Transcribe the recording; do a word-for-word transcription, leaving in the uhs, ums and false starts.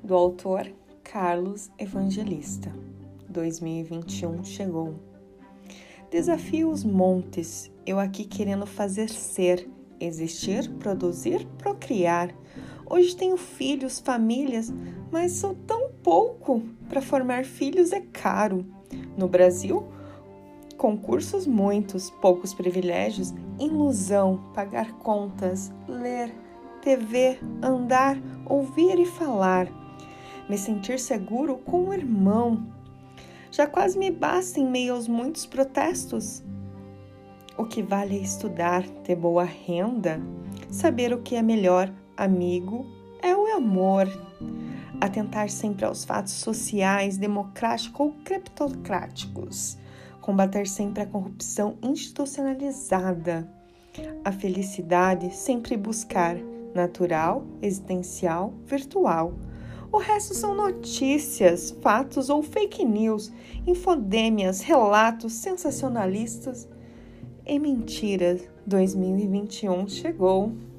do autor Carlos Evangelista. dois mil e vinte e um chegou. Desafio os montes, eu aqui querendo fazer ser, existir, produzir, procriar. Hoje tenho filhos, famílias, mas sou tão pouco. Para formar filhos é caro. No Brasil, concursos muitos, poucos privilégios, ilusão, pagar contas, ler, T V, andar, ouvir e falar. Me sentir seguro com o irmão. Já quase me basta em meio aos muitos protestos. O que vale é estudar, ter boa renda, saber o que é melhor, amigo, é o amor. Atentar sempre aos fatos sociais, democráticos ou criptocráticos. Combater sempre a corrupção institucionalizada. A felicidade sempre buscar, natural, existencial, virtual. O resto são notícias, fatos ou fake news, infodêmias, relatos sensacionalistas e mentiras. dois mil e vinte e um chegou.